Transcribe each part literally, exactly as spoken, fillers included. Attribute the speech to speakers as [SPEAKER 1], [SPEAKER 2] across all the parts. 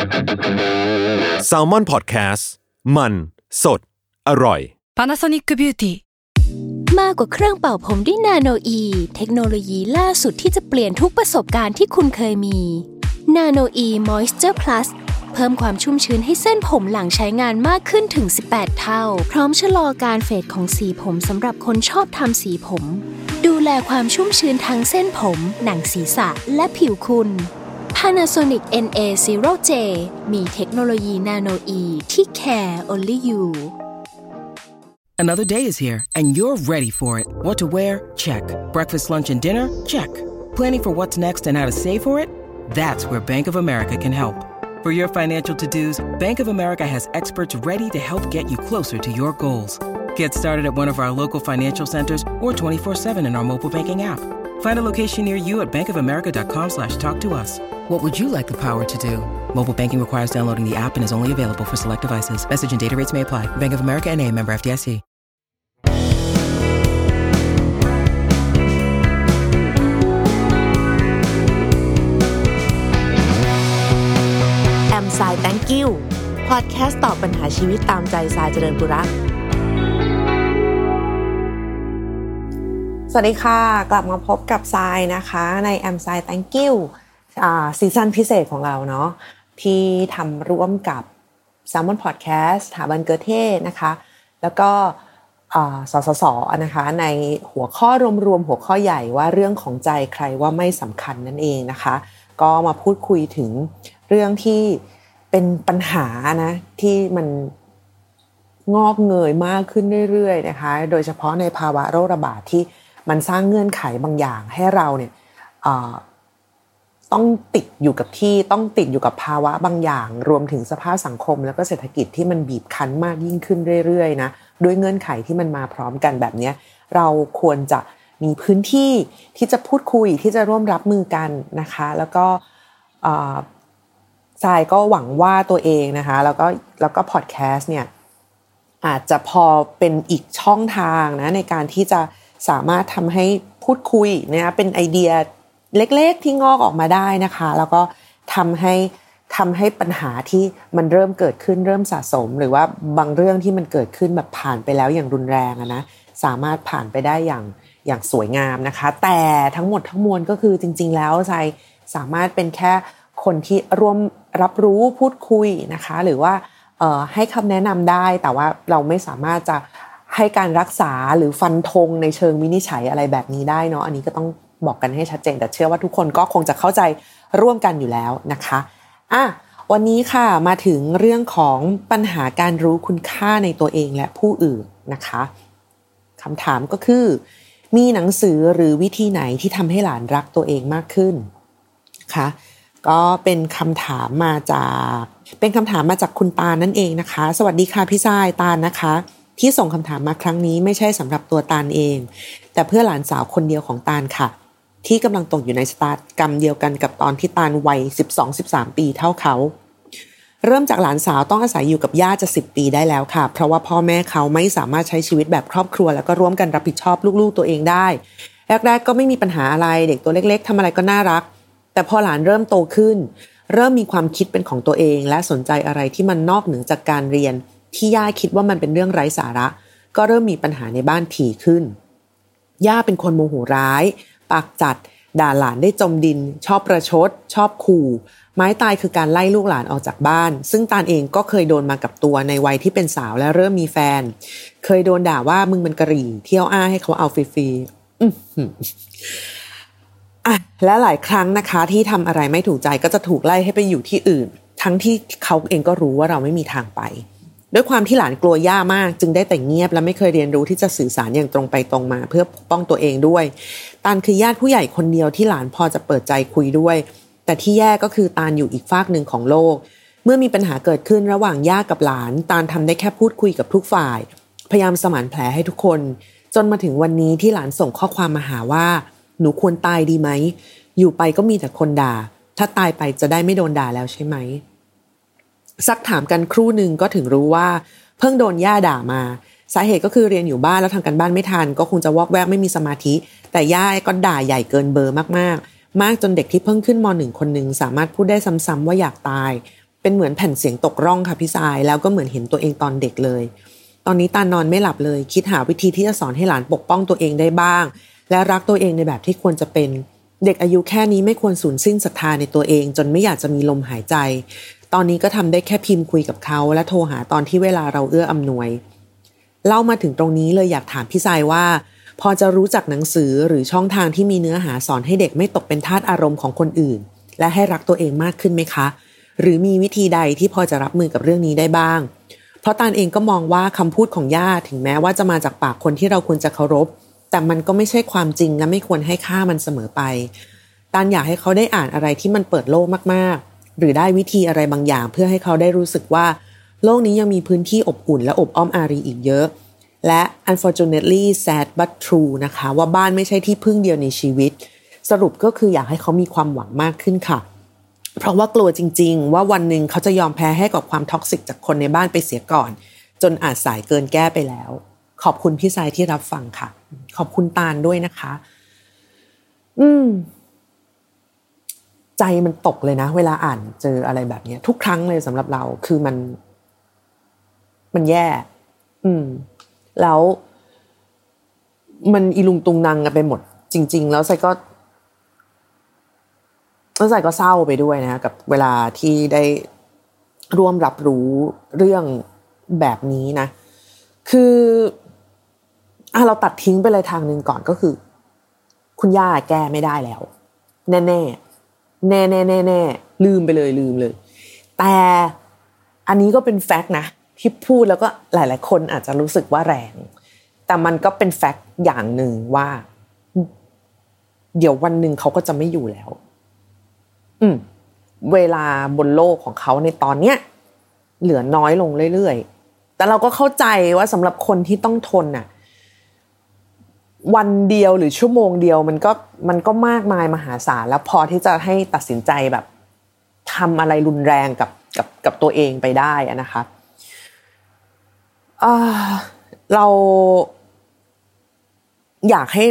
[SPEAKER 1] Salmon Podcast มันสดอร่อย
[SPEAKER 2] Panasonic Beauty
[SPEAKER 3] มากกว่าเครื่องเป่าผมด้วยนาโนอีเทคโนโลยีล่าสุดที่จะเปลี่ยนทุกประสบการณ์ที่คุณเคยมีนาโนอีมอยส์เจอร์พลัสเพิ่มความชุ่มชื้นให้เส้นผมหลังใช้งานมากขึ้นถึงสิบแปดเท่าพร้อมชะลอการเฟดของสีผมสำหรับคนชอบทำสีผมดูแลความชุ่มชื้นทั้งเส้นผมหนังศีรษะและผิวคุณ Panasonic เอ็น เอ ศูนย์ เจ มีเทคโนโลยีนาโนอีที่ care only you
[SPEAKER 4] Another day is here, and you're ready for it. What to wear? Check. Breakfast, lunch, and dinner? Check. Planning for what's next and how to save for it? That's where Bank of America can help. For your financial to-dos, Bank of America has experts ready to help get you closer to your goals. Get started at one of our local financial centers or twenty-four seven in our mobile banking app. Find a location near you at bankofamerica.com slash talk to us. What would you like the power to do? Mobile banking requires downloading the app and is only available for select devices. Message and data rates may apply. Bank of America N A, member เอฟ ดี เอส ซี
[SPEAKER 5] แอมสาย Thank you พอดแคสต์ตอบปัญหาชีวิตตามใจสายเจริญปุระสวัสดีค่ะกลับมาพบกับทรายนะคะในแอมสาย Thank you อ่าซีซั่นพิเศษของเราเนาะที่ทำร่วมกับ Salmon Podcast สถาบันเกอเท่นะคะแล้วก็อ่าสสสนะคะในหัวข้อรวมๆหัวข้อใหญ่ว่าเรื่องของใจใครว่าไม่สำคัญนั่นเองนะคะก็มาพูดคุยถึงเรื่องที่เป็นปัญหานะที่มันงอกเงยมากขึ้นเรื่อยๆนะคะโดยเฉพาะในภาวะโรคระบาดที่มันสร้างเงื่อนไขบางอย่างให้เราเนี่ยต้องติดอยู่กับที่ต้องติดอยู่กับภาวะบางอย่างรวมถึงสภาพสังคมแล้วก็เศรษฐกิจที่มันบีบคั้นมากยิ่งขึ้นเรื่อยๆนะด้วยเงื่อนไขที่มันมาพร้อมกันแบบนี้เราควรจะมีพื้นที่ที่จะพูดคุยที่จะร่วมรับมือกันนะคะแล้วก็ทรายก็หวังว่าตัวเองนะคะแล้วก็แล้วก็พอดแคสต์เนี่ยอาจจะพอเป็นอีกช่องทางนะในการที่จะสามารถทำให้พูดคุยนะคะเป็นไอเดียเล็กๆที่งอกออกมาได้นะคะแล้วก็ทำให้ทำให้ปัญหาที่มันเริ่มเกิดขึ้นเริ่มสะสมหรือว่าบางเรื่องที่มันเกิดขึ้นแบบผ่านไปแล้วอย่างรุนแรงนะสามารถผ่านไปได้อย่างอย่างสวยงามนะคะแต่ทั้งหมดทั้งมวลก็คือจริงๆแล้วทรายสามารถเป็นแค่คนที่ร่วมรับรู้พูดคุยนะคะหรือว่าเอ่อให้คำแนะนำได้แต่ว่าเราไม่สามารถจะให้การรักษาหรือฟันธงในเชิงวินิจฉัยอะไรแบบนี้ได้เนาะอันนี้ก็ต้องบอกกันให้ชัดเจนแต่เชื่อว่าทุกคนก็คงจะเข้าใจร่วมกันอยู่แล้วนะคะอ่ะวันนี้ค่ะมาถึงเรื่องของปัญหาการรู้คุณค่าในตัวเองและผู้อื่นนะคะคำถามก็คือมีหนังสือหรือวิธีไหนที่ทำให้หลานรักตัวเองมากขึ้นคะก็เป็นคำถามมาจากเป็นคำถามมาจากคุณตาลนั่นเองนะคะสวัสดีค่ะพี่ทรายตาลนะคะที่ส่งคำถามมาครั้งนี้ไม่ใช่สำหรับตัวตาลเองแต่เพื่อหลานสาวคนเดียวของตาลค่ะที่กำลังตกอยู่ในชะตากรรมเดียวกันกับตอนที่ตาลวัย สิบสอง สิบสาม ปีเท่าเขาเริ่มจากหลานสาวต้องอาศัยอยู่กับย่าจะสิบปีได้แล้วค่ะเพราะว่าพ่อแม่เขาไม่สามารถใช้ชีวิตแบบครอบครัวแล้วก็ร่วมกันรับผิดชอบลูกๆตัวเองได้แรกๆก็ไม่มีปัญหาอะไรเด็กตัวเล็กๆทำอะไรก็น่ารักแต่พอหลานเริ่มโตขึ้นเริ่มมีความคิดเป็นของตัวเองและสนใจอะไรที่มันนอกเหนือจากการเรียนที่ย่าคิดว่ามันเป็นเรื่องไร้สาระก็เริ่มมีปัญหาในบ้านถี่ขึ้นย่าเป็นคนโมโหร้ายปากจัดด่าหลานได้จมดินชอบประชดชอบขู่ไม้ตายคือการไล่ลูกหลานออกจากบ้านซึ่งตาลเองก็เคยโดนมากับตัวในวัยที่เป็นสาวและเริ่มมีแฟนเคยโดนด่าว่ามึงมันกะหรี่เที่ยวอ้าให้เขาเอาฟรีๆอื้อหืออ่ะและหลายครั้งนะคะที่ทำอะไรไม่ถูกใจก็จะถูกไล่ให้ไปอยู่ที่อื่นทั้งที่เขาเองก็รู้ว่าเราไม่มีทางไปด้วยความที่หลานกลัวย่ามากจึงได้แต่เงียบและไม่เคยเรียนรู้ที่จะสื่อสารอย่างตรงไปตรงมาเพื่อปกป้องตัวเองด้วยตาลคือญาติผู้ใหญ่คนเดียวที่หลานพอจะเปิดใจคุยด้วยแต่ที่แย่ก็คือตาลอยู่อีกฟากหนึ่งของโลกเมื่อมีปัญหาเกิดขึ้นระหว่างย่ากับหลานตาลทำได้แค่พูดคุยกับทุกฝ่ายพยายามสมานแผลให้ทุกคนจนมาถึงวันนี้ที่หลานส่งข้อความมาหาว่าหนูควรตายดีไหมอยู่ไปก็มีแต่คนด่าถ้าตายไปจะได้ไม่โดนด่าแล้วใช่ไหมซักถามกันครู่นึงก็ถึงรู้ว่าเพิ่งโดนย่าด่ามาสาเหตุก็คือเรียนอยู่บ้านแล้วทำกันบ้านไม่ทันก็คงจะวอกแวกไม่มีสมาธิแต่ย่าก็ด่าใหญ่เกินเบอร์มากๆมากจนเด็กที่เพิ่งขึ้นม.หนึ่ง คนนึงสามารถพูดได้ซ้ำๆว่าอยากตายเป็นเหมือนแผ่นเสียงตกร่องค่ะพี่ทรายแล้วก็เหมือนเห็นตัวเองตอนเด็กเลยตอนนี้ตานอนไม่หลับเลยคิดหาวิธีที่จะสอนให้หลานปกป้องตัวเองได้บ้างและรักตัวเองในแบบที่ควรจะเป็นเด็กอายุแค่นี้ไม่ควรสูญสิ้นศรัทธาในตัวเองจนไม่อยากจะมีลมหายใจตอนนี้ก็ทำได้แค่พิมพ์คุยกับเขาและโทรหาตอนที่เวลาเราเอื้ออำนวยเล่ามาถึงตรงนี้เลยอยากถามพี่ทรายว่าพอจะรู้จักหนังสือหรือช่องทางที่มีเนื้อหาสอนให้เด็กไม่ตกเป็นทาสอารมณ์ของคนอื่นและให้รักตัวเองมากขึ้นไหมคะหรือมีวิธีใดที่พอจะรับมือกับเรื่องนี้ได้บ้างเพราะตานเองก็มองว่าคำพูดของย่าถึงแม้ว่าจะมาจากปากคนที่เราควรจะเคารพแต่มันก็ไม่ใช่ความจริงและไม่ควรให้ค่ามันเสมอไปตานอยากให้เขาได้อ่านอะไรที่มันเปิดโลกมากๆหรือได้วิธีอะไรบางอย่างเพื่อให้เขาได้รู้สึกว่าโลกนี้ยังมีพื้นที่อบอุ่นและอบอ้อมอารีอีกเยอะและ unfortunately sad but true นะคะว่าบ้านไม่ใช่ที่พึ่งเดียวในชีวิตสรุปก็คืออยากให้เขามีความหวังมากขึ้นค่ะเพราะว่ากลัวจริงๆว่าวันหนึ่งเขาจะยอมแพ้ให้กับความท็อกซิกจากคนในบ้านไปเสียก่อนจนอาจสายเกินแก้ไปแล้วขอบคุณพี่ทรายที่รับฟังค่ะขอบคุณตาลด้วยนะคะอืมใจมันตกเลยนะเวลาอ่านเจออะไรแบบนี้ทุกครั้งเลยสำหรับเราคือมันมันแย่อืมแล้วมันอีลุงตุงนังกันไปหมดจริงๆแล้วไซก็แล้วไซก็เศร้าไปด้วยนะกับเวลาที่ได้ร่วมรับรู้เรื่องแบบนี้นะคืออ่ะเราตัดทิ้งไปเลยทางนึงก่อนก็คือคุณย่าแก้ไม่ได้แล้วแน่ๆแน่แน่แน่แน่แน่ลืมไปเลยลืมเลยแต่อันนี้ก็เป็นแฟกต์นะที่พูดแล้วก็หลายๆคนอาจจะรู้สึกว่าแรงแต่มันก็เป็นแฟกต์อย่างหนึ่งว่าเดี๋ยววันหนึ่งเขาก็จะไม่อยู่แล้วอืมเวลาบนโลกของเขาในตอนเนี้ยเหลือน้อยลงเรื่อยๆแต่เราก็เข้าใจว่าสำหรับคนที่ต้องทนน่ะวันเดียวหรือชั่วโมงเดียวมันก็มันก็มากมายมหาศาลแล้วพอที่จะให้ตัดสินใจแบบทำอะไรรุนแรงกับกับกับตัวเองไปได้อะนะคะอ่าเราอยากให้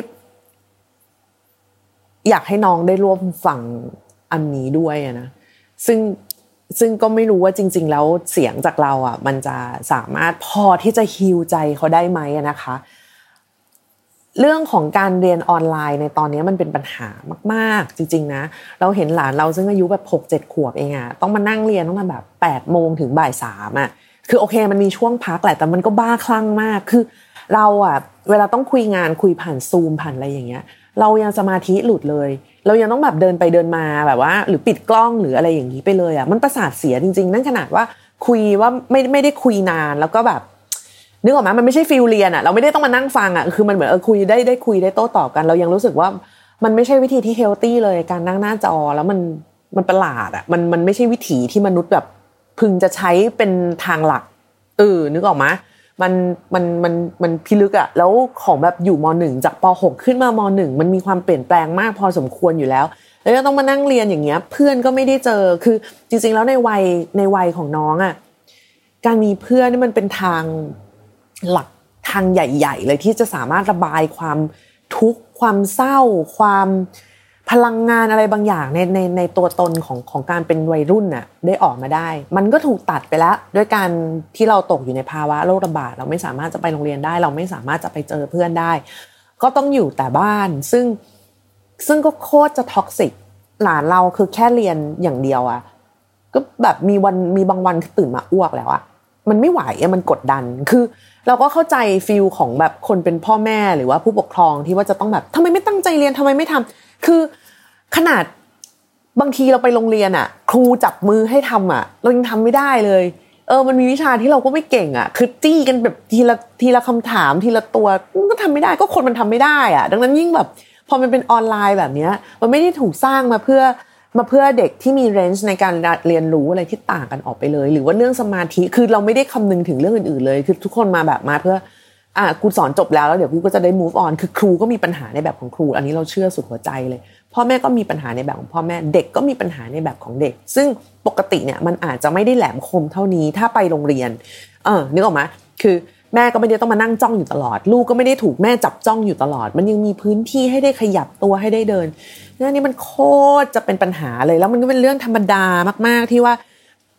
[SPEAKER 5] อยากให้น้องได้ร่วมฟังอันนี้ด้วยนะซึ่งซึ่งก็ไม่รู้ว่าจริงๆแล้วเสียงจากเราอ่ะมันจะสามารถพอที่จะฮีลใจเขาได้ไหมนะคะเรื่องของการเรียนออนไลน์ในตอนนี้มันเป็นปัญหามากๆจริงๆนะเราเห็นหลานเราซึ่งอายุแบบ หกเจ็ด ขวบเองอ่ะต้องมานั่งเรียนต้องมาแบบ แปดโมงถึงบ่ายสามอ่ะคือโอเคมันมีช่วงพักแหละแต่มันก็บ้าคลั่งมากคือเราอ่ะเวลาต้องคุยงานคุยผ่านซูมผ่านอะไรอย่างเงี้ยเรายังสมาธิหลุดเลยเรายังต้องแบบเดินไปเดินมาแบบว่าหรือปิดกล้องหรืออะไรอย่างนี้ไปเลยอ่ะมันประสาทเสียจริงๆนั่นขนาดว่าคุยว่าไม่ไม่ได้คุยนานแล้วก็แบบนึกออกมั้ยมันไม่ใช่ฟีลเรียนอ่ะเราไม่ได้ต้องมานั่งฟังอ่ะคือมันเหมือนเออคุยได้ได้คุยได้โต้ตอบกันเรายังรู้สึกว่ามันไม่ใช่วิธีที่เฮลตี้เลยการนั่งหน้าจอแล้วมันมันประหลาดอ่ะมันมันไม่ใช่วิถีที่มนุษย์แบบพึงจะใช้เป็นทางหลักเออนึกออกมั้ยมันมันมันมันพิลึกอ่ะแล้วของแบบอยู่ม.หนึ่ง จากป.หก ขึ้นมาม.หนึ่ง มันมีความเปลี่ยนแปลงมากพอสมควรอยู่แล้วแล้วก็ต้องมานั่งเรียนอย่างเงี้ยเพื่อนก็ไม่ได้เจอคือจริงๆแล้วในวัยในวัยของน้องอ่ะการมีเพื่อนนี่มันเป็นทางหลักทางใหญ่ๆเลยที่จะสามารถระบายความทุกข์ความเศร้าความพลังงานอะไรบางอย่างในในในตัวตนของของการเป็นวัยรุ่นน่ะได้ออกมาได้มันก็ถูกตัดไปแล้วด้วยการที่เราตกอยู่ในภาวะโรคระบาดเราไม่สามารถจะไปโรงเรียนได้เราไม่สามารถจะไปเจอเพื่อนได้ก็ต้องอยู่แต่บ้านซึ่งซึ่งก็โคตรจะท็อกซิกหลานเราคือแค่เรียนอย่างเดียวอ่ะก็แบบมีวันมีบางวันตื่นมาอ้วกแล้วอ่ะมันไม่ไหวอ่ะมันกดดันคือเราก็เข้าใจฟีลของแบบคนเป็นพ่อแม่หรือว่าผู้ปกครองที่ว่าจะต้องแบบทำไมไม่ตั้งใจเรียนทำไมไม่ทำคือขนาดบางทีเราไปโรงเรียนอ่ะครูจับมือให้ทำอ่ะเรายังทำไม่ได้เลยเออมันมีวิชาที่เราก็ไม่เก่งอ่ะคือจี้กันแบบทีละทีละคำถามทีละตัวก็ทำไม่ได้ก็คนมันทำไม่ได้อ่ะดังนั้นยิ่งแบบพอมันเป็นออนไลน์แบบนี้มันไม่ได้ถูกสร้างมาเพื่อมาเพื่อเด็กที่มีเรนจ์ในการเรียนรู้อะไรที่ต่างกันออกไปเลยหรือว่าเรื่องสมาธิคือเราไม่ได้คำนึงถึงเรื่องอื่นๆเลยคือทุกคนมาแบบมาเพื่ออ่ะกูสอนจบแล้วแล้วเดี๋ยวกูก็จะได้ move on คือครูก็มีปัญหาในแบบของครูอันนี้เราเชื่อสุดหัวใจเลยพ่อแม่ก็มีปัญหาในแบบของพ่อแม่เด็กก็มีปัญหาในแบบของเด็กซึ่งปกติเนี่ยมันอาจจะไม่ได้แหลมคมเท่านี้ถ้าไปโรงเรียนเออนึกออกมั้ยคือแม่ก็ไม่ได้ต้องมานั่งจ้องอยู่ตลอดลูกก็ไม่ได้ถูกแม่จับจ้องอยู่ตลอดมันยังมีพื้นที่ให้ได้ขยับตัวให้ได้เดินนี่นี่มันโคตรจะเป็นปัญหาเลยแล้วมันก็เป็นเรื่องธรรมดามากๆที่ว่า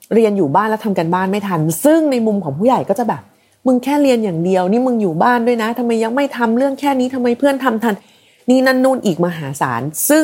[SPEAKER 5] เรียนอยู่บ้านแล้วทำกันบ้านไม่ทันซึ่งในมุมของผู้ใหญ่ก็จะแบบมึงแค่เรียนอย่างเดียวนี่มึงอยู่บ้านด้วยนะทำไมยังไม่ทำเรื่องแค่นี้ทำไมเพื่อนทำทันนี่นั่นนู่นอีกมหาศาลซึ่ง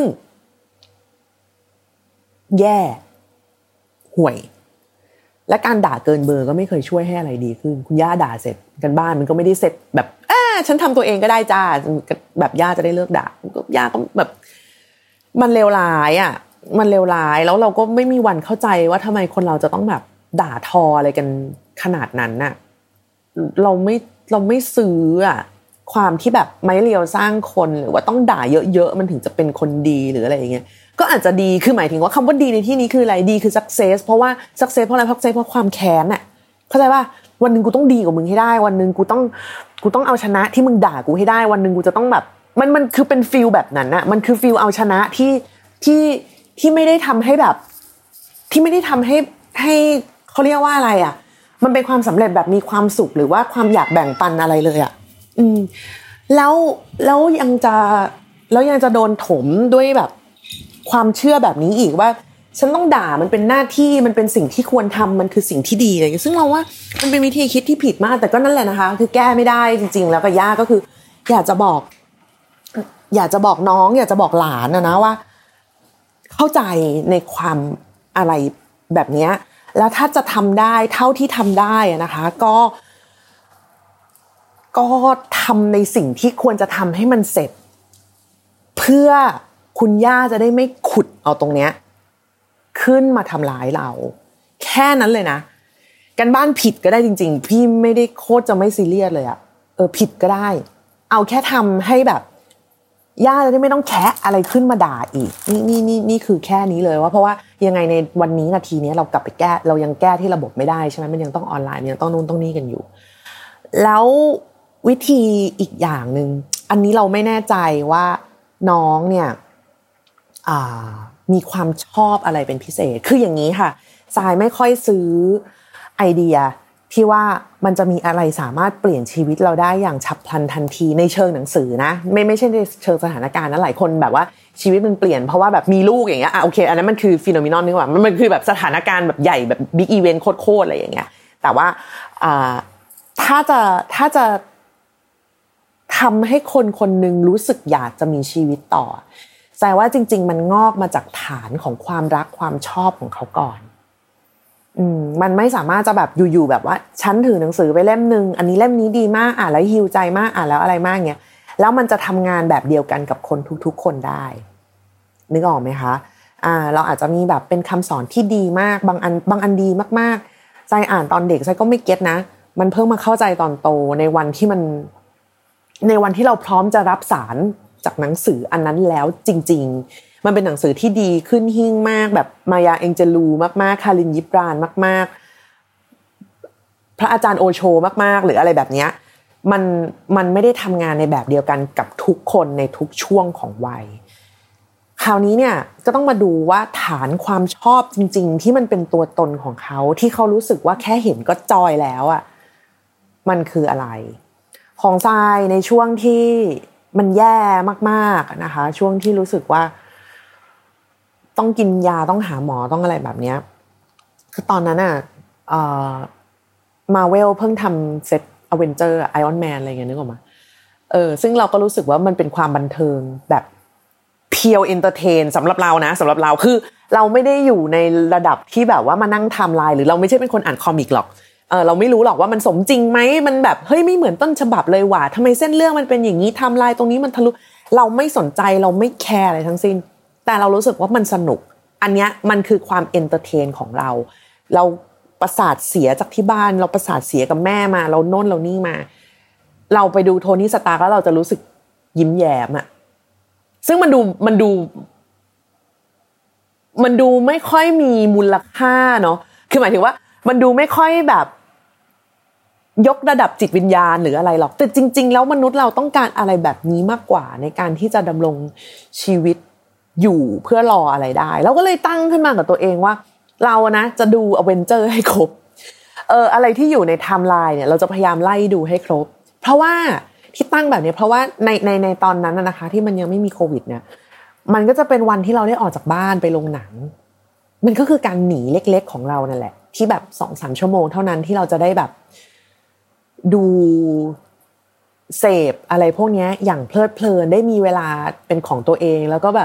[SPEAKER 5] แย่ห่วยและการด่าเกินเบอร์ก็ไม่เคยช่วยให้อะไรดีขึ้นคุณย่าด่าเสร็จกันบ้านมันก็ไม่ได้เสร็จแบบอ่าฉันทำตัวเองก็ได้จ้าแบบย่าจะได้เลิกด่าย่าก็แบบมันเลวร้ายอ่ะมันเลวร้ายแล้วเราก็ไม่มีวันเข้าใจว่าทำไมคนเราจะต้องแบบด่าทออะไรกันขนาดนั้นน่ะเราไม่เราไม่ซื้ออ่ะความที่แบบไม้เรียวสร้างคนหรือว่าต้องด่าเยอะๆมันถึงจะเป็นคนดีหรืออะไรอย่างเงี้ยก็อาจจะดีคือหมายถึงว่าคำว่าดีในที่นี้คืออะไรดีคือ success เพราะว่า success เพราะอะไร success เพราะความแค้นน่ะเข้าใจป่ะวันนึงกูต้องดีกว่ามึงให้ได้วันนึงกูต้องกูต้องเอาชนะที่มึงด่ากูให้ได้วันนึงกูจะต้องแบบมันมันคือเป็นฟีลแบบนั้นน่ะมันคือฟีลเอาชนะที่ที่ที่ไม่ได้ทำให้แบบที่ไม่ได้ทำให้ให้เขาเรียกว่าอะไรอ่ะมันเป็นความสำเร็จแบบมีความสุขหรือว่าความอยากแบ่งปันอะไรเลยอ่ะอืมแล้วแล้วยังจะแล้วยังจะโดนถมด้วยแบบความเชื่อแบบนี้อีกว่าฉันต้องด่ามันเป็นหน้าที่มันเป็นสิ่งที่ควรทำมันคือสิ่งที่ดีอะไรอย่างเงี้ยซึ่งเราว่ามันเป็นวิธีคิดที่ผิดมากแต่ก็นั่นแหละนะคะคือแก้ไม่ได้จริงๆแล้วก็ยากก็คืออยากจะบอกอยากจะบอกน้องอยากจะบอกหลานนะนะว่าเข้าใจในความอะไรแบบนี้แล้วถ้าจะทำได้เท่าที่ทำได้นะคะก็ก็ทำในสิ่งที่ควรจะทำให้มันเสร็จเพื่อคุณย่าจะได้ไม่ขุดเอาตรงเนี้ยขึ้นมาทำร้ายเราแค่นั้นเลยนะกันบ้านผิดก็ได้จริงๆพี่ไม่ได้โคตรจะไม่ซีเรียสเลยอะเออผิดก็ได้เอาแค่ทำให้แบบย่าจะได้ไม่ต้องแคะอะไรขึ้นมาด่าอีกนี่นี่นี่นี่คือแค่นี้เลยว่าเพราะว่ายังไงในวันนี้นาทีนี้เรากลับไปแก้เรายังแก้ที่ระบบไม่ได้ใช่ไหมมันยังต้องออนไลน์มันยังต้องนู่นต้องนี่กันอยู่แล้ววิธีอีกอย่างนึงอันนี้เราไม่แน่ใจว่าน้องเนี่ยอ่ามีความชอบอะไรเป็นพิเศษคืออย่างนี้ค่ะทรายไม่ค่อยซื้อไอเดียที่ว่ามันจะมีอะไรสามารถเปลี่ยนชีวิตเราได้อย่างฉับพลันทันทีในเชิงหนังสือนะไม่ไม่ใช่ในเชิงสถานการณ์นะหลายคนแบบว่าชีวิตมันเปลี่ยนเพราะว่าแบบมีลูกอย่างเงี้ยอ่ะโอเคอันนั้นมันคือฟีโนเมนอนนึกว่ามันมันคือแบบสถานการณ์แบบใหญ่แบบบิ๊กอีเวนต์โคตรๆอะไรอย่างเงี้ยแต่ว่าอ่าถ้าจะถ้าจะทำให้คนคนนึงรู้สึกอยากจะมีชีวิตต่อแสดงว่าจริงๆมันงอกมาจากฐานของความรักความชอบของเขาก่อนอืมมันไม่สามารถจะแบบอยู่ๆแบบว่าฉันถือหนังสือไปเล่มนึงอันนี้เล่มนี้ดีมากอ่านแล้วฮีลใจมากอ่านแล้วอะไรมากเงี้ยแล้วมันจะทำงานแบบเดียวกันกับคนทุกๆคนได้นึกออกไหมคะอ่าเราอาจจะมีแบบเป็นคำสอนที่ดีมากบางอันบางอันดีมากๆใจอ่านตอนเด็กใจก็ไม่เก็ตนะมันเพิ่งมาเข้าใจตอนโตในวันที่มันในวันที่เราพร้อมจะรับสารจากหนังสืออันนั้นแล้วจริงๆมันเป็นหนังสือที่ดีขึ้นหิ้งมากแบบมายาเอ็งเจลูมากๆคารินยิปรานมากๆพระอาจารย์โอโชมากๆหรืออะไรแบบนี้มันมันไม่ได้ทำงานในแบบเดียวกันกับทุกคนในทุกช่วงของวัยคราวนี้เนี่ยก็ต้องมาดูว่าฐานความชอบจริงๆที่มันเป็นตัวตนของเขาที่เขารู้สึกว่าแค่เห็นก็จอยแล้วอ่ะมันคืออะไรของทรายในช่วงที่มันแย่มากๆนะคะช่วงที่รู้สึกว่าต้องกินยาต้องหาหมอต้องอะไรแบบนี้คือตอนนั้นอ่ะเอ่อ Marvel เพิ่งทำเซต Avenger Iron Man อะไรอย่างเงี้ยนึกออกมั้ยเออซึ่งเราก็รู้สึกว่ามันเป็นความบันเทิงแบบเพียวเอนเตอร์เทนสำหรับเรานะสำหรับเราคือเราไม่ได้อยู่ในระดับที่แบบว่ามานั่งไทม์ไลน์หรือเราไม่ใช่เป็นคนอ่านคอมิกหรอกเออเราไม่รู้หรอกว่ามันสมจริงไหมมันแบบเฮ้ยไม่เหมือนต้นฉบับเลยว่ะทำไมเส้นเรื่องมันเป็นอย่างนี้ไทม์ไลน์ตรงนี้มันทะลุเราไม่สนใจเราไม่แคร์อะไรทั้งสิ้นแต่เรารู้สึกว่ามันสนุกอันเนี้ยมันคือความเอนเตอร์เทนของเราเราประสาทเสียจากที่บ้านเราประสาทเสียกับแม่มาเราโน่นเรานี่มาเราไปดูโทนี่สตาร์กแล้วเราจะรู้สึกยิ้มแย้มอะซึ่งมันดูมันดูมันดูไม่ค่อยมีมูลค่าเนาะคือหมายถึงว่ามันดูไม่ค่อยแบบยกระดับจิตวิญญาณหรืออะไรหรอกแต่จริงๆแล้วมนุษย์เราต้องการอะไรแบบนี้มากกว่าในการที่จะดำรงชีวิตอยู่เพื่อรออะไรได้เราก็เลยตั้งขึ้นมากับตัวเองว่าเรานะจะดู Avenger ให้ครบเอออะไรที่อยู่ในไทม์ไลน์เนี่ยเราจะพยายามไล่ดูให้ครบเพราะว่าที่ตั้งแบบนี้เพราะว่าในในในตอนนั้นนะคะที่มันยังไม่มีโควิดเนี่ยมันก็จะเป็นวันที่เราได้ออกจากบ้านไปโรงหนังมันก็คือการหนีเล็กๆของเรานั่นแหละที่แบบ สองถึงสาม ชั่วโมงเท่านั้นที่เราจะได้แบบดูเสพอะไรพวกนี้อย่างเพลิดเพลินได้มีเวลาเป็นของตัวเองแล้วก็แบบ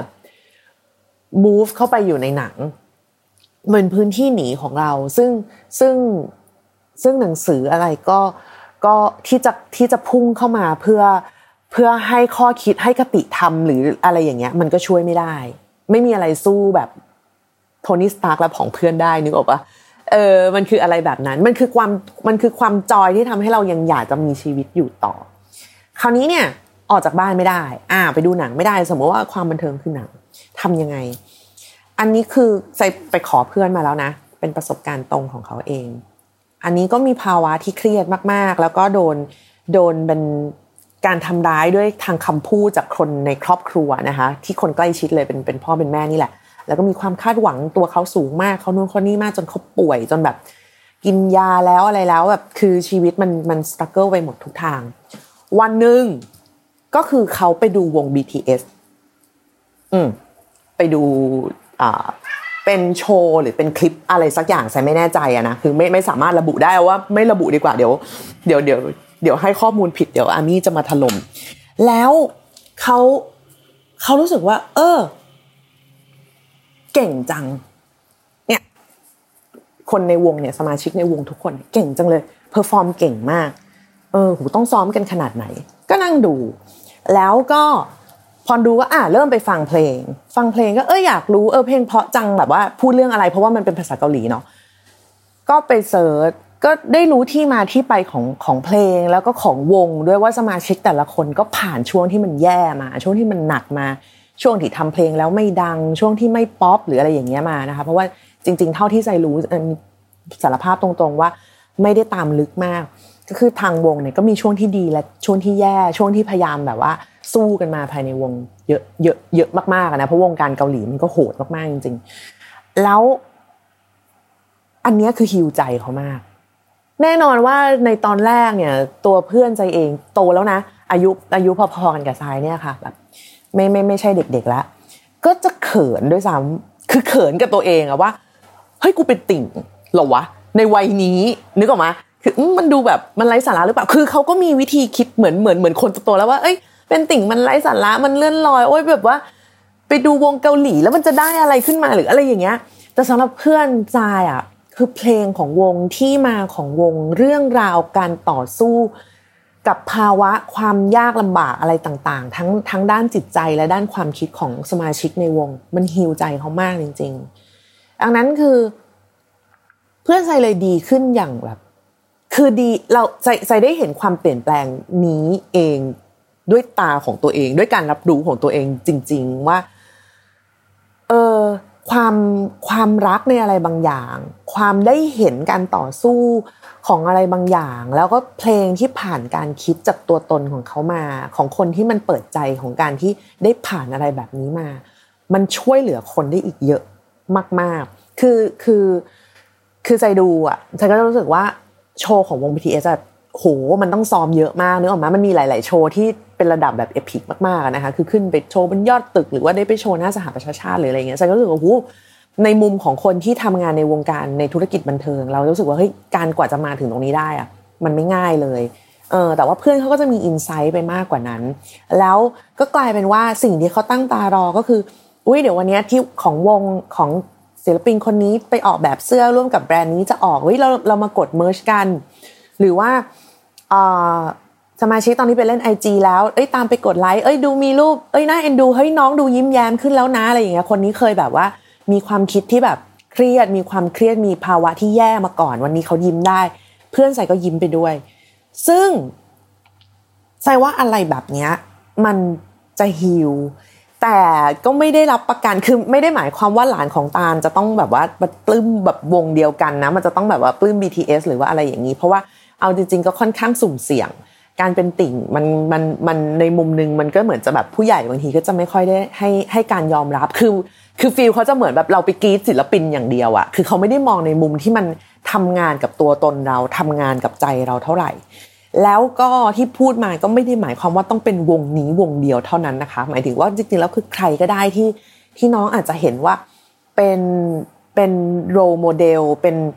[SPEAKER 5] move เข้าไปอยู่ในหนังเหมือนพื้นที่หนีของเราซึ่งซึ่งซึ่งหนังสืออะไรก็ก็ที่จะที่จะพุ่งเข้ามาเพื่อเพื่อให้ข้อคิดให้คติธรรมหรืออะไรอย่างเงี้ยมันก็ช่วยไม่ได้ไม่มีอะไรสู้แบบโทนี่สตาร์กและผองเพื่อนได้นึกออกปะเออมันคืออะไรแบบนั้นมันคือความมันคือความจอยที่ทำให้เรายังอยากจะมีชีวิตอยู่ต่อคราวนี้เนี่ยออกจากบ้านไม่ได้อ่าไปดูหนังไม่ได้สมมติว่าความบันเทิงคือหนังทำยังไงอันนี้คือใส่ไปขอเพื่อนมาแล้วนะเป็นประสบการณ์ตรงของเขาเองอันนี้ก็มีภาวะที่เครียดมากๆแล้วก็โดนโดนเป็นการทำร้ายด้วยทางคำพูดจากคนในครอบครัวนะคะที่คนใกล้ชิดเลยเป็นเป็นพ่อเป็นแม่นี่แหละแล้วก็มีความคาดหวังตัวเขาสูงมากเขาโน่นคนนี้มากจนเขาป่วยจนแบบกินยาแล้วอะไรแล้วแบบคือชีวิตมันมันสตรักเกิลไปหมดทุกทางวันนึงก็คือเขาไปดูวง บี ที เอส อืมไปดูอ่าเป็นโชว์หรือเป็นคลิปอะไรสักอย่างใส่ไม่แน่ใจอะนะคือไม่ไม่สามารถระบุได้ว่าไม่ระบุดีกว่าเดี๋ยวเดี๋ยวเดี๋ยวเดี๋ยวให้ข้อมูลผิดเดี๋ยวอามี่จะมาถล่มแล้วเขาเขารู้สึกว่าเออเก่งจังเนี่ยคนในวงเนี่ยสมาชิกในวงทุกคนเก่งจังเลยเพอร์ฟอร์มเก่งมากเออหูต้องซ้อมกันขนาดไหนก็นั่งดูแล้วก็พอดูว่าอ่ะเริ่มไปฟังเพลงฟังเพลงก็เอออยากรู้เออเพลงเพราะจังแบบว่าพูดเรื่องอะไรเพราะว่ามันเป็นภาษาเกาหลีเนาะก็ไปเสิร์ชก็ได้รู้ที่มาที่ไปของของเพลงแล้วก็ของวงด้วยว่าสมาชิกแต่ละคนก็ผ่านช่วงที่มันแย่มาช่วงที่มันหนักมาช่วงที่ทำเพลงแล้วไม่ดังช่วงที่ไม่ป๊อปหรืออะไรอย่างเงี้ยมานะคะเพราะว่าจริงๆเท่าที่ใจรู้สารภาพตรงๆว่าไม่ได้ตามลึกมากก็คือทางวงเนี่ยก็มีช่วงที่ดีและช่วงที่แย่ช่วงที่พยายามแบบว่าสู้กันมาภายในวงเยอะเยอะเยอะมากๆนะเพราะวงการเกาหลีมันก็โหดมากๆจริงๆแล้วอันนี้คือฮีลใจเขามากแน่นอนว่าในตอนแรกเนี่ยตัวเพื่อนใจเองโตแล้วนะอายุอายุพอๆกันกับทรายเนี่ยค่ะแบบไม่ไม่ไม่ใช่เด็กๆแล้วก็จะเขินด้วยซ้ำคือเขินกับตัวเองอะว่าเฮ้ยกูเป็นติ่งเหรอวะในวัยนี้นึกออกมาคือมันดูแบบมันไร้สาระหรือเปล่าคือเขาก็มีวิธีคิดเหมือนเหมือนเหมือนคนโตๆแล้วว่าเอ้ยเป็นติ่งมันไร้สาระมันเลื่อนลอยโอ้ยแบบว่าไปดูวงเกาหลีแล้วมันจะได้อะไรขึ้นมาหรืออะไรอย่างเงี้ยแต่สำหรับเพื่อนทรายอะคือเพลงของวงที่มาของวงเรื่องราวการต่อสู้กับภาวะความยากลำบากอะไรต่างๆทั้งทั้งด้านจิตใจและด้านความคิดของสมาชิกในวงมันฮีลใจเขามากจริงๆดังนั้นคือเพื่อนใจเลยดีขึ้นอย่างแบบคือดีเราใจใจได้เห็นความเปลี่ยนแปลงนี้เองด้วยตาของตัวเองด้วยการรับรู้ของตัวเองจริงๆว่าเออความความรักในอะไรบางอย่างความได้เห็นการต่อสู้ของอะไรบางอย่างแล้วก็เพลงที่ผ่านการคิดจากตัวตนของเขามาของคนที่มันเปิดใจของการที่ได้ผ่านอะไรแบบนี้มามันช่วยเหลือคนได้อีกเยอะมากๆคือคือคือใจดูอ่ะใจก็รู้สึกว่าโชว์ของวง บี ที เอส อ่ะโหมันต้องซ้อมเยอะมากนึกออกมั้ยมันมีหลายๆโชว์ที่เป็นระดับแบบเอพิกมากๆนะคะคือขึ้นไปโชว์บนยอดตึกหรือว่าได้ไปโชว์หน้าสหประชาชาติหรืออะไรเงี้ยใจก็รู้สึกว่าโหในมุมของคนที่ทำงานในวงการในธุรกิจบันเทิงเรารู้สึกว่าเฮ้ยการกว่าจะมาถึงตรงนี้ได้อ่ะมันไม่ง่ายเลยเออแต่ว่าเพื่อนเขาก็จะมีอินไซต์ไปมากกว่านั้นแล้วก็กลายเป็นว่าสิ่งที่เขาตั้งตารอก็คืออุ๊ยเดี๋ยววันนี้ที่ของวงของศิลปินคนนี้ไปออกแบบเสื้อร่วมกับแบรนด์นี้จะออกเฮ้ยเราเรามากดเมิร์จกันหรือว่าเอ่อสมาชิกตอนนี้ไปเล่น ไอ จี แล้วเอ้ยตามไปกดไลค์เอ้ยดูมีรูปเอ้ยน่าเอ็นดูเฮ้ยน้องดูยิ้มแย้มขึ้นแล้วนะอะไรอย่างเงี้ยคนนี้เคยแบบว่ามีความคิดที่แบบเครียดมีความเครียดมีภาวะที่แย่มาก่อนวันนี้เขายิ้มได้เพื่อนใส่ก็ยิ้มไปด้วยซึ่งใส่ว่าอะไรแบบเนี้ยมันจะฮีลแต่ก็ไม่ได้รับประกันคือไม่ได้หมายความว่าหลานของตาลจะต้องแบบว่าปลื้มแบบวงเดียวกันนะมันจะต้องแบบว่าปลื้ม บี ที เอส หรือว่าอะไรอย่างนี้เพราะว่าเอาจริงๆก็ค่อนข้างสุ่มเสี่ยงการเป็นติ่งมันมันมันในมุมนึงมันก็เหมือนจะแบบผู้ใหญ่บางทีก็จะไม่ค่อยได้ให้ให้การยอมรับคือคือฟีลเขาจะเหมือนแบบเราไปกรี๊ดศิลปินอย่างเดียวอะคือเขาไม่ได้มองในมุมที่มันทำงานกับตัวตนเราทำงานกับใจเราเท่าไหร่แล้วก็ที่พูดมาก็ไม่ได้หมายความว่าต้องเป็นวงนี้วงเดียวเท่านั้นนะคะหมายถึงว่าจริงๆแล้วคือใครก็ได้ที่ที่น้องอาจจะเห็นว่าเป็นเป็นโรลโมเดลเป็น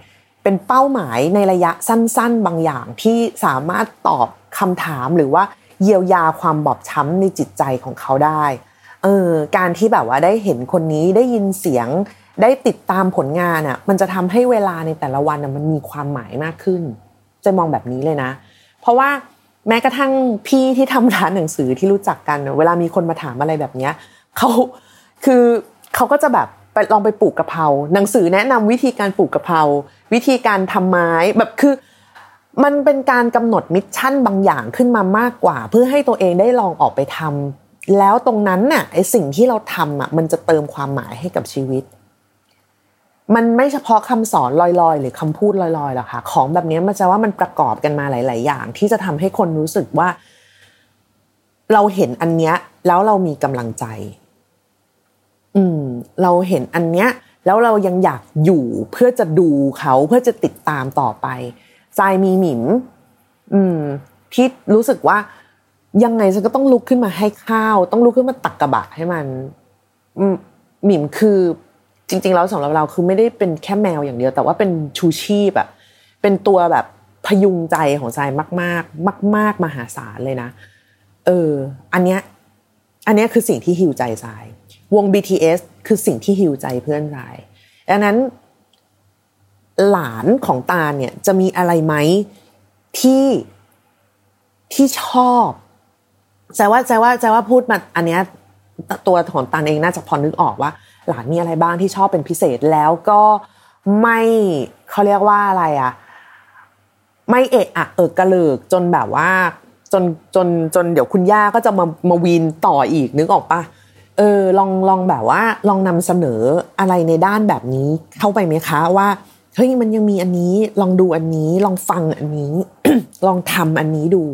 [SPEAKER 5] เป็นเป้าหมายในระยะสั้นๆบางอย่างที่สามารถตอบคำถามหรือว่าเยียวยาความบอบช้ำในจิตใจของเขาได้เออการที่แบบว่าได้เห็นคนนี้ได้ยินเสียงได้ติดตามผลงานอ่ะมันจะทำให้เวลาในแต่ละวันอ่ะมันมีความหมายมากขึ้นจะมองแบบนี้เลยนะเพราะว่าแม้กระทั่งพี่ที่ทำร้านหนังสือที่รู้จักกันเวลามีคนมาถามอะไรแบบเนี้ยเขาคือเขาก็จะแบบไปลองไปปลูกกะเพราหนังสือแนะนำวิธีการปลูกกะเพราวิธีการทำไม้แบบคือมันเป็นการกำหนดมิชชั่นบางอย่างขึ้นมามากกว่าเพื่อให้ตัวเองได้ลองออกไปทำแล้วตรงนั้นน่ะไอ้สิ่งที่เราทำอ่ะมันจะเติมความหมายให้กับชีวิตมันไม่เฉพาะคำสอนลอยๆหรือคำพูดลอยๆหรอกค่ะของแบบนี้มันจะว่ามันประกอบกันมาหลายๆอย่างที่จะทำให้คนรู้สึกว่าเราเห็นอันเนี้ยแล้วเรามีกำลังใจอืมเราเห็นอันเนี้ยแล้วเรายังอยากอยู่เพื่อจะดูเขาเพื่อจะติดตามต่อไปทรายมีหมิมอืมที่รู้สึกว่ายังไงฉันก็ต้องลุกขึ้นมาให้ข้าวต้องลุกขึ้นมาตักกระบะให้มันอืมหมิมคือจริงๆแล้วสำหรับเราคือไม่ได้เป็นแค่แมวอย่างเดียวแต่ว่าเป็นชูชีพอะเป็นตัวแบบพยุงใจของทรายมากๆมากๆมหาศาลเลยนะเอออันเนี้ยอันเนี้ยคือสิ่งที่ฮีลใจทรายวง บี ที เอส คือสิ่งที่ฮีลใจเพื่อนทรายดังนั้นหลานของตาลเนี่ยจะมีอะไรไหมที่ที่ชอบแสดงว่าแสดงว่าแสดงว่าพูดมาอันเนี้ยตัวของตาลเองน่าจะพอนึกออกว่าหลานมีอะไรบ้างที่ชอบเป็นพิเศษแล้วก็ไม่เขาเรียกว่าอะไรอ่ะไม่เอะอะเอิกกระเลิกจนแบบว่าจนจนจนเดี๋ยวคุณย่าก็จะมามาวีนต่ออีกนึกออกปะเออลองลองแบบว่าลองนำเสนออะไรในด้านแบบนี้เข้าไปไหมคะว่าเฮ้ยมันยังมีอันนี้ลองดูอันนี้ลองฟังอันนี้ ลองทำอันนี้ดู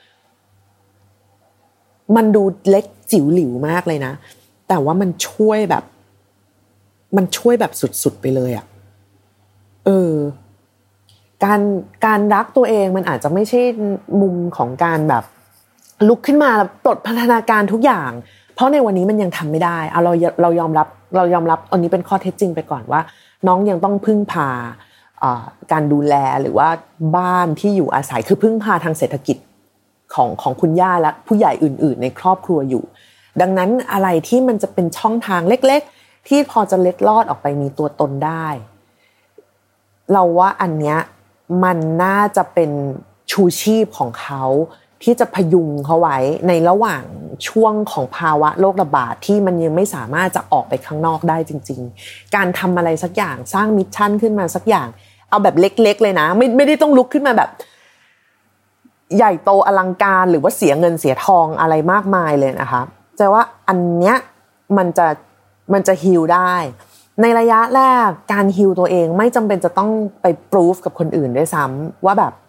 [SPEAKER 5] มันดูเล็กจิ๋วหลิวมากเลยนะแต่ว่ามันช่วยแบบมันช่วยแบบสุดๆไปเลยอ่ะเออการการรักตัวเองมันอาจจะไม่ใช่มุมของการแบบลุกขึ้นมาแล้วปลดพัฒนาการทุกอย่างเพราะในวันนี้มันยังทำไม่ได้เอาเราเรายอมรับเรายอมรับอันนี้เป็นข้อเท็จจริงไปก่อนว่าน้องยังต้องพึ่งพาการดูแลหรือว่าบ้านที่อยู่อาศัยคือพึ่งพาทางเศรษฐกิจของของคุณย่าและผู้ใหญ่อื่นๆในครอบครัวอยู่ดังนั้นอะไรที่มันจะเป็นช่องทางเล็กๆที่พอจะเล็ดลอดออกไปมีตัวตนได้เราว่าอันเนี้ยมันน่าจะเป็นชูชีพของเขาที่จะพยุงเขาไว้ในระหว่างช่วงของภาวะโรคระบาดที่มันยังไม่สามารถจะออกไปข้างนอกได้จริงๆการทำอะไรสักอย่างสร้างมิชชั่นขึ้นมาสักอย่างเอาแบบเล็กๆเลยนะไม่ไม่ได้ต้องลุกขึ้นมาแบบใหญ่โตอลังการหรือว่าเสียเงินเสียทองอะไรมากมายเลยนะคะแต่ว่าอันเนี้ยมันจะมันจะฮีลได้ในระยะแรกการฮีลตัวเองไม่จำเป็นจะต้องไปพรูฟกับคนอื่นด้วยซ้ำว่าแบบ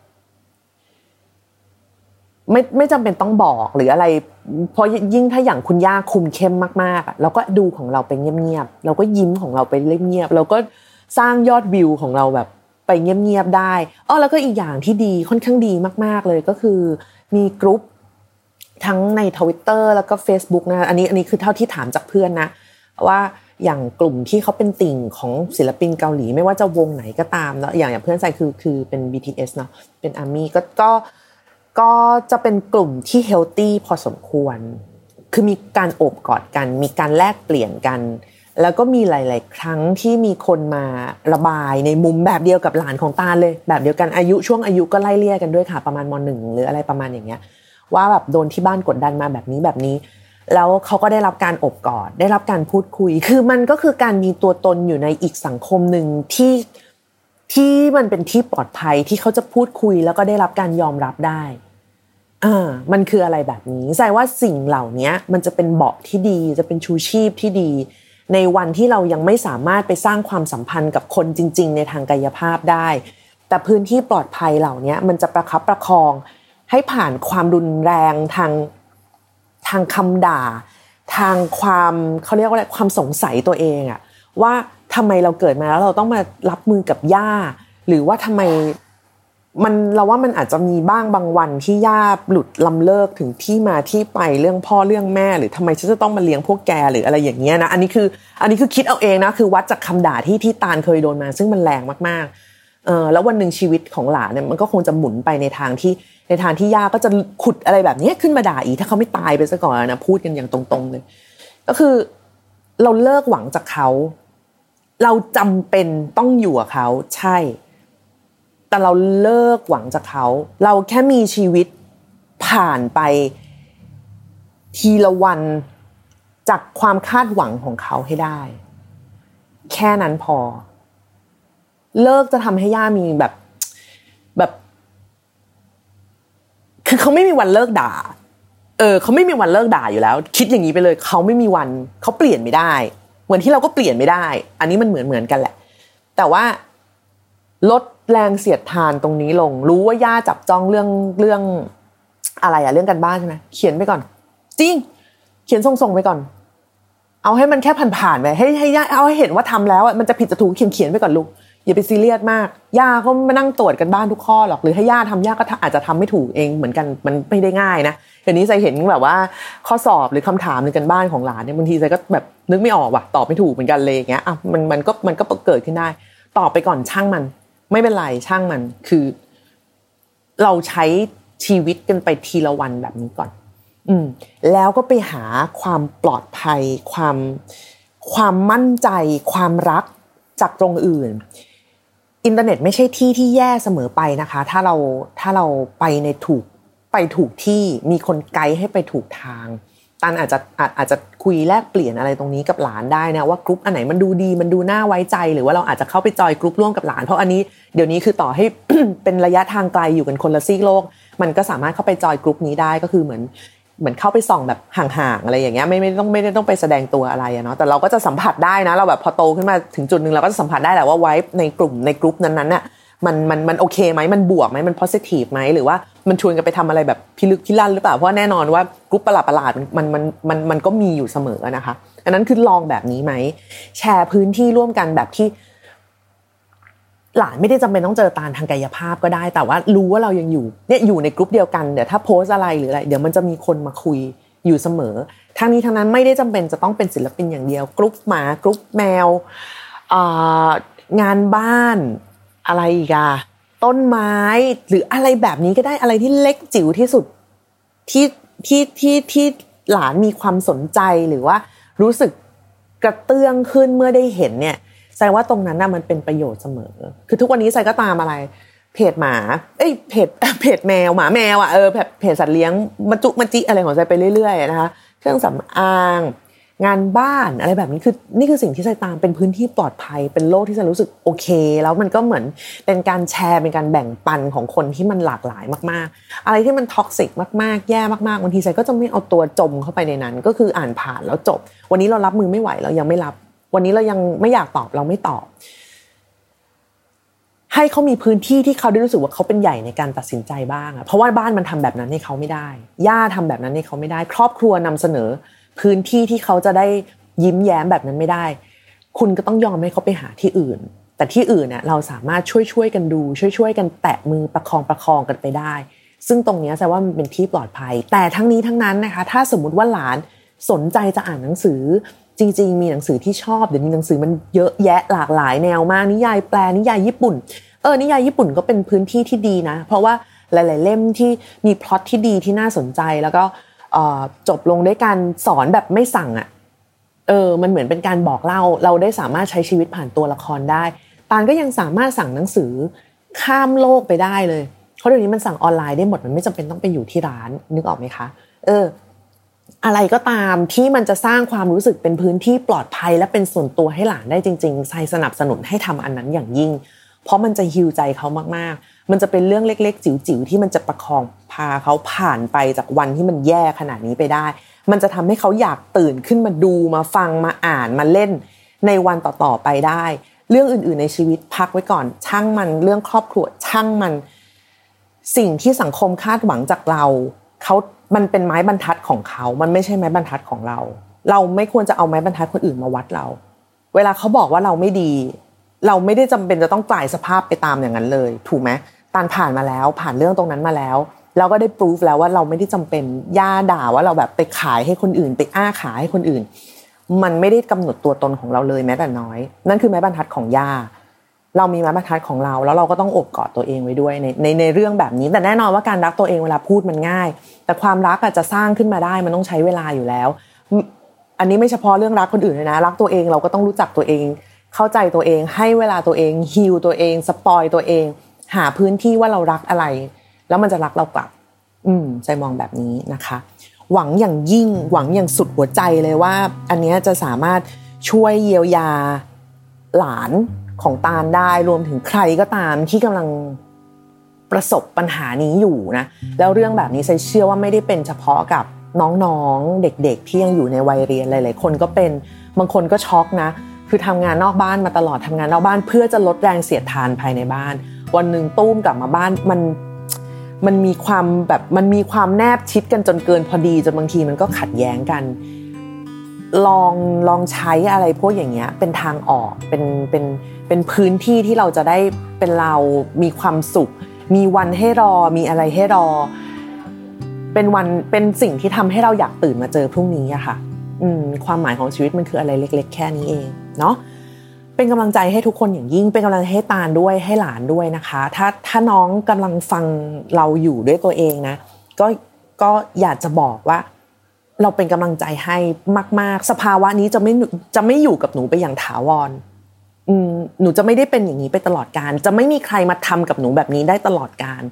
[SPEAKER 5] ไม่ไม่จำเป็นต้องบอกหรืออะไรเพราะยิ่งถ้าอย่างคุณย่าคุมเข้มมากๆเราก็ดูของเราไปเงียบๆเราก็ยิ้มของเราไปเงียบๆเราก็สร้างยอดวิวของเราแบบไปเงียบๆได้อ้อแล้วก็อีกอย่างที่ดีค่อนข้างดีมากๆเลยก็คือมีกรุ๊ปทั้งใน Twitter แล้วก็ Facebook นะอันนี้อันนี้คือเท่าที่ถามจากเพื่อนนะว่าอย่างกลุ่มที่เขาเป็นติ่งของศิลปินเกาหลีไม่ว่าจะวงไหนก็ตามเนาะอย่างอย่างเพื่อนใส่คือคือเป็น บี ที เอส เนาะเป็น ARMY ก็ก็ก็จะเป็นกลุ่มที่เฮลตี้พอสมควรคือมีการโอบกอดกันมีการแลกเปลี่ยนกันแล้วก็มีหลายๆครั้งที่มีคนมาระบายในมุมแบบเดียวกับหลานของตาเลยแบบเดียวกันอายุช่วงอายุก็ไล่เลี่ยกันด้วยค่ะประมาณม.หนึ่ง หรืออะไรประมาณอย่างเงี้ยว่าแบบโดนที่บ้านกดดันมาแบบนี้แบบนี้แล้วเขาก็ได้รับการโอบกอดได้รับการพูดคุยคือมันก็คือการมีตัวตนอยู่ในอีกสังคมนึงที่ที่มันเป็นที่ปลอดภัยที่เขาจะพูดคุยแล้วก็ได้รับการยอมรับได้อ่ามันคืออะไรแบบนี้แสดงว่าสิ่งเหล่านี้มันจะเป็นเบาะที่ดีจะเป็นชูชีพที่ดีในวันที่เรายังไม่สามารถไปสร้างความสัมพันธ์กับคนจริงๆในทางกายภาพได้แต่พื้นที่ปลอดภัยเหล่านี้มันจะประคับประคองให้ผ่านความรุนแรงทางทางคำด่าทางความเขาเรียกว่าอะไรความสงสัยตัวเองอะว่าทำไมเราเกิดมาแล้วเราต้องมารับมือกับย่าหรือว่าทำไมมันเราว่ามันอาจจะมีบ้างบางวันที่ย่าหลุดลำเลิกถึงที่มาที่ไปเรื่องพ่อเรื่องแม่หรือทำไมฉันจะต้องมาเลี้ยงพวกแกหรืออะไรอย่างเงี้ยนะอันนี้คืออันนี้คือคิดเอาเองนะคือวัดจากคำด่าที่ที่ตาลเคยโดนมาซึ่งมันแรงมากๆเออแล้ววันนึงชีวิตของหลานเนี่ยมันก็คงจะหมุนไปในทางที่ในทางที่ย่าก็จะขุดอะไรแบบนี้ขึ้นมาด่าอีกถ้าเขาไม่ตายไปซะก่อนนะพูดกันอย่างตรงๆเลยก็คือเราเลิกหวังจากเขาเราจำเป็นต้องอยู่กับเขาใช่แต่เราเลิกหวังจากเขาเราแค่มีชีวิตผ่านไปทีละวันจากความคาดหวังของเขาให้ได้แค่นั้นพอเลิกจะทำให้ย่ามีแบบแบบคือเขาไม่มีวันเลิกด่าเออเขาไม่มีวันเลิกด่าอยู่แล้วคิดอย่างนี้ไปเลยเขาไม่มีวันเขาเปลี่ยนไม่ได้เหมือนที่เราก็เปลี่ยนไม่ได้อันนี้มันเหมือนเหมือนกันแหละแต่ว่าลดแรงเสียดทานตรงนี้ลงรู้ว่าย่าจับจ้องเรื่องเรื่องอะไรอะเรื่องการบ้านใช่ไหมเขียนไปก่อนจริงเขียนส่งๆไปก่อนเอาให้มันแค่ผ่านๆไปให้ให้ย่าเอาให้เห็นว่าทำแล้วมันจะผิดจะถูกเขียนเขียนไปก่อนลูกอย่าไปซีเรียสมากย่าก็มานั่งตรวจกันบ้านทุกข้อหรอกหรือให้ย่าทำย่าก็อาจจะทำไม่ถูกเองเหมือนกันมันไม่ได้ง่ายนะเดี๋ยวนี้ใจเห็นแบบว่าข้อสอบหรือคำถามในกันบ้านของหลานเนี่ยบางทีใจก็แบบนึกไม่ออกว่ะตอบไม่ถูกเหมือนกันเลยอย่างเงี้ยอ่ะมันมันก็มันก็เกิดขึ้นได้ตอบไปก่อนช่างมันไม่เป็นไรช่างมันคือเราใช้ชีวิตกันไปทีละวันแบบนี้ก่อนอืมแล้วก็ไปหาความปลอดภัยความความมั่นใจความรักจากตรงอื่นอินเทอร์เน็ตไม่ใช่ที่ที่แย่เสมอไปนะคะถ้าเราถ้าเราไปในถูกไปถูกที่มีคนไกด์ให้ไปถูกทางตันอาจจะอาจอาจจะคุยแลกเปลี่ยนอะไรตรงนี้กับหลานได้นะว่ากรุ๊ปอันไหนมันดูดีมันดูน่าไว้ใจหรือว่าเราอาจจะเข้าไปจอยกรุ๊ปร่วมกับหลานเพราะอันนี้เดี๋ยวนี้คือต่อให้ เป็นระยะทางไกลอยู่กันคนละซีกโลกมันก็สามารถเข้าไปจอยกรุ๊ปนี้ได้ก็คือเหมือนเหมือนเข้าไปส่องแบบห่างๆอะไรอย่างเงี้ยไม่ไม่ต้องไม่ได้ต้องไปแสดงตัวอะไรอะเนาะแต่เราก็จะสัมผัสได้นะเราแบบพอโตขึ้นมาถึงจุดนึงเราก็จะสัมผัสได้แหละว่าไว้ในกลุ่มในกรุ๊ปนั้นๆน่ะมันมันมันโอเคไหมมันบวกไหมมัน positive ไหมหรือว่ามันชวนกันไปทำอะไรแบบพิลึกพิลั่นหรือเปล่าเพราะแน่นอนว่ากรุ๊ปประหลาดๆมันมันมันมันก็มีอยู่เสมอนะคะอันนั้นคือลองแบบนี้ไหมแชร์พื้นที่ร่วมกันแบบที่หลานไม่ได้จำเป็นต้องเจอตาทางกายภาพก็ได้แต่ว่ารู้ว่าเรายังอยู่เนี่ยอยู่ในกรุ๊ปเดียวกันเดี๋ยวถ้าโพสอะไรหรืออะไรเดี๋ยวมันจะมีคนมาคุยอยู่เสมอทั้งนี้ทั้งนั้นไม่ได้จำเป็นจะต้องเป็นศิลปินอย่างเดียวกรุ๊ปหมากรุ๊ปแมวงานบ้านอะไรอีกอะต้นไม้หรืออะไรแบบนี้ก็ได้อะไรที่เล็กจิ๋วที่สุดที่ที่ที่ที่หลานมีความสนใจหรือว่ารู้สึกกระเตื้องขึ้นเมื่อได้เห็นเนี่ยแสดงว่าตรงนั้นน่ะมันเป็นประโยชน์เสมอคือทุกวันนี้ไซก็ตามอะไรเพจหมาเอ้ยเพจเพจแมวหมาแมวอ่ะเออเพจเพจสัตว์เลี้ยงมาจุมาจิอะไรของไซไปเรื่อยๆนะคะเครื่องสำอางงานบ้านอะไรแบบนี้คือนี่คือสิ่งที่ไซตามเป็นพื้นที่ปลอดภัยเป็นโลกที่ไซรู้สึกโอเคแล้วมันก็เหมือนเป็นการแชร์เป็นการแบ่งปันของคนที่มันหลากหลายมากๆอะไรที่มันท็อกซิกมากๆแย่มากๆบางทีไซก็จะไม่เอาตัวจมเข้าไปในนั้นก็คืออ่านผ่านแล้วจบวันนี้เรารับมือไม่ไหวเรายังไม่รับวันนี้เรายังไม่อยากตอบเราไม่ตอบให้เขามีพื้นที่ที่เขาได้รู้สึกว่าเขาเป็นใหญ่ในการตัดสินใจบ้างอะเพราะว่าบ้านมันทำแบบนั้นให้เขาไม่ได้ย่าทำแบบนั้นให้เขาไม่ได้ครอบครัวนำเสนอพื้นที่ที่เขาจะได้ยิ้มแย้มแบบนั้นไม่ได้คุณก็ต้องยอมให้เขาไปหาที่อื่นแต่ที่อื่นเนี่ยเราสามารถช่วยๆกันดูช่วยๆกันแตะมือประคองประคองกันไปได้ซึ่งตรงนี้แสดงว่ามันเป็นที่ปลอดภัยแต่ทั้งนี้ทั้งนั้นนะคะถ้าสมมุติว่าหลานสนใจจะอ่านหนังสือจริงๆมีหนังสือที่ชอบเดี๋ยวนี้หนังสือมันเยอะแยะหลากหลายแนวมากนิยายแปลนิยายญี่ปุ่นเออนิยายญี่ปุ่นก็เป็นพื้นที่ที่ดีนะเพราะว่าหลายๆเล่มที่มีพล็อตที่ดีที่น่าสนใจแล้วก็เอ่อจบลงด้วยการสอนแบบไม่สั่งอ่ะเออมันเหมือนเป็นการบอกเล่าเราได้สามารถใช้ชีวิตผ่านตัวละครได้ตาลก็ยังสามารถสั่งหนังสือข้ามโลกไปได้เลยเพราะเดี๋ยวนี้มันสั่งออนไลน์ได้หมดมันไม่จำเป็นต้องไปอยู่ที่ร้านนึกออกไหมคะเอออะไรก็ตามที่มันจะสร้างความรู้สึกเป็นพื้นที่ปลอดภัยและเป็นส่วนตัวให้หลานได้จริงๆไซสนับสนุนให้ทำอันนั้นอย่างยิ่งเพราะมันจะฮีลใจเขามากๆมันจะเป็นเรื่องเล็กๆจิ๋วๆที่มันจะประคองพาเขาผ่านไปจากวันที่มันแย่ขนาดนี้ไปได้มันจะทำให้เขาอยากตื่นขึ้นมาดูมาฟังมาอ่านมาเล่นในวันต่อๆไปได้เรื่องอื่นๆในชีวิตพักไว้ก่อนช่างมันเรื่องครอบครัวช่างมันสิ่งที่สังคมคาดหวังจากเราเขามันเป็นไม้บรรทัดของเขามันไม่ใช่ไม้บรรทัดของเราเราไม่ควรจะเอาไม้บรรทัดคนอื่นมาวัดเราเวลาเขาบอกว่าเราไม่ดีเราไม่ได้จำเป็นจะต้องกลายสภาพไปตามอย่างนั้นเลยถูกไหมตานผ่านมาแล้วผ่านเรื่องตรงนั้นมาแล้วเราก็ได้พิสูจแล้วว่าเราไม่ได้จำเป็นย่าด่าว่าเราแบบไปขายให้คนอื่นไปอ้าขายให้คนอื่นมันไม่ได้กำหนดตัวตนของเราเลยแม้แต่น้อยนั่นคือไม้บรรทัดของย่าเรามีไม้บรรทัดของเราแล้วเราก็ต้องโอบกอดตัวเองไว้ด้วยในในในเรื่องแบบนี้แต่แน่นอนว่าการรักตัวเองเวลาพูดมันง่ายแต่ความรักอาจจะสร้างขึ้นมาได้มันต้องใช้เวลาอยู่แล้วอันนี้ไม่เฉพาะเรื่องรักคนอื่นเลยนะรักตัวเองเราก็ต้องรู้จักตัวเองเข้าใจตัวเองให้เวลาตัวเองฮีลตัวเองสปอยตัวเองหาพื้นที่ว่าเรารักอะไรแล้วมันจะรักเรากลับอืมใจมองแบบนี้นะคะหวังอย่างยิ่งหวังอย่างสุดหัวใจเลยว่าอันนี้จะสามารถช่วยเยียวยาหลานของตาลได้รวมถึงใครก็ตามที่กำลังประสบปัญหานี้อยู่นะแล้วเรื่องแบบนี้ฉันเชื่อว่าไม่ได้เป็นเฉพาะกับน้องๆเด็กๆที่ยังอยู่ในวัยเรียนหลายๆคนก็เป็นบางคนก็ช็อกนะคือทำงานนอกบ้านมาตลอดทำงานนอกบ้านเพื่อจะลดแรงเสียดทานภายในบ้านวันนึงตุ้มกลับมาบ้านมันมันมีความแบบมันมีความแนบชิดกันจนเกินพอดีจนบางทีมันก็ขัดแย้งกันลองลองใช้อะไรพวกอย่างเงี้ยเป็นทางออกเป็นเป็นเป็นพื้นที่ที่เราจะได้เป็นเรามีความสุขมีวันให้รอมีอะไรให้รอเป็นวันเป็นสิ่งที่ทำให้เราอยากตื่นมาเจอพรุ่งนี้อะค่ะอืมความหมายของชีวิตมันคืออะไรเล็กๆแค่นี้เองเนาะเป็นกำลังใจให้ทุกคนอย่างยิ่งเป็นกำลังใจให้ตาลด้วยให้หลานด้วยนะคะถ้าถ้าน้องกำลังฟังเราอยู่ด้วยตัวเองนะก็ก็อยากจะบอกว่าเราเป็นกำลังใจให้มากๆสภาวะนี้จะไม่จะไม่อยู่กับหนูไปอย่างถาวรอืมหนูจะไม่ได้เป็นอย่างนี้ไปตลอดกาลจะไม่มีใครมาทำกับหนูแบบนี้ได้ตลอดกาล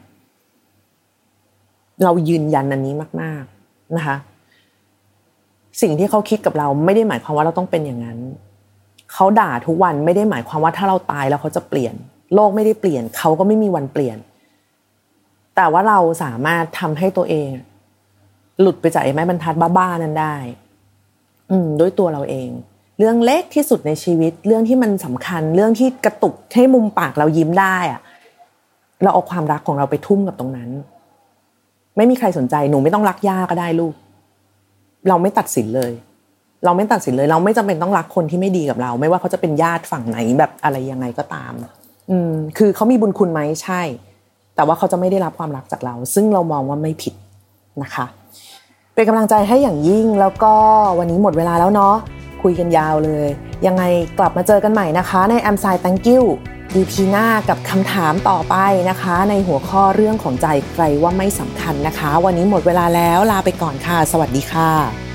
[SPEAKER 5] เรายืนยันอันนี้มากๆนะคะสิ่งที่เขาคิดกับเราไม่ได้หมายความว่าเราต้องเป็นอย่างนั้นเขาด่าทุกวันไม่ได้หมายความว่าถ้าเราตายแล้วเขาจะเปลี่ยนโลกไม่ได้เปลี่ยนเขาก็ไม่มีวันเปลี่ยนแต่ว่าเราสามารถทำให้ตัวเองหลุดไปจากไอ้ไม้บรรทัดบ้าๆนั้นได้อืมด้วยตัวเราเองเรื่องเล็กที่สุดในชีวิตเรื่องที่มันสำคัญเรื่องที่กระตุกให้มุมปากเรายิ้มได้อะเราเอาความรักของเราไปทุ่มกับตรงนั้นไม่มีใครสนใจหนูไม่ต้องรักย่าก็ได้ลูกเราไม่ตัดสินเลยเราไม่ตัดสินเลยเราไม่จำเป็นต้องรักคนที่ไม่ดีกับเราไม่ว่าเขาจะเป็นญาติฝั่งไหนแบบอะไรยังไงก็ตามอืมคือเขามีบุญคุณไหมใช่แต่ว่าเขาจะไม่ได้รับความรักจากเราซึ่งเรามองว่าไม่ผิดนะคะเป็นกำลังใจให้อย่างยิ่งแล้วก็วันนี้หมดเวลาแล้วเนาะคุยกันยาวเลยยังไงกลับมาเจอกันใหม่นะคะใน I'm Sai Thank You อี พี หน้ากับคำถามต่อไปนะคะในหัวข้อเรื่องของใจใครว่าไม่สำคัญนะคะวันนี้หมดเวลาแล้วลาไปก่อนค่ะสวัสดีค่ะ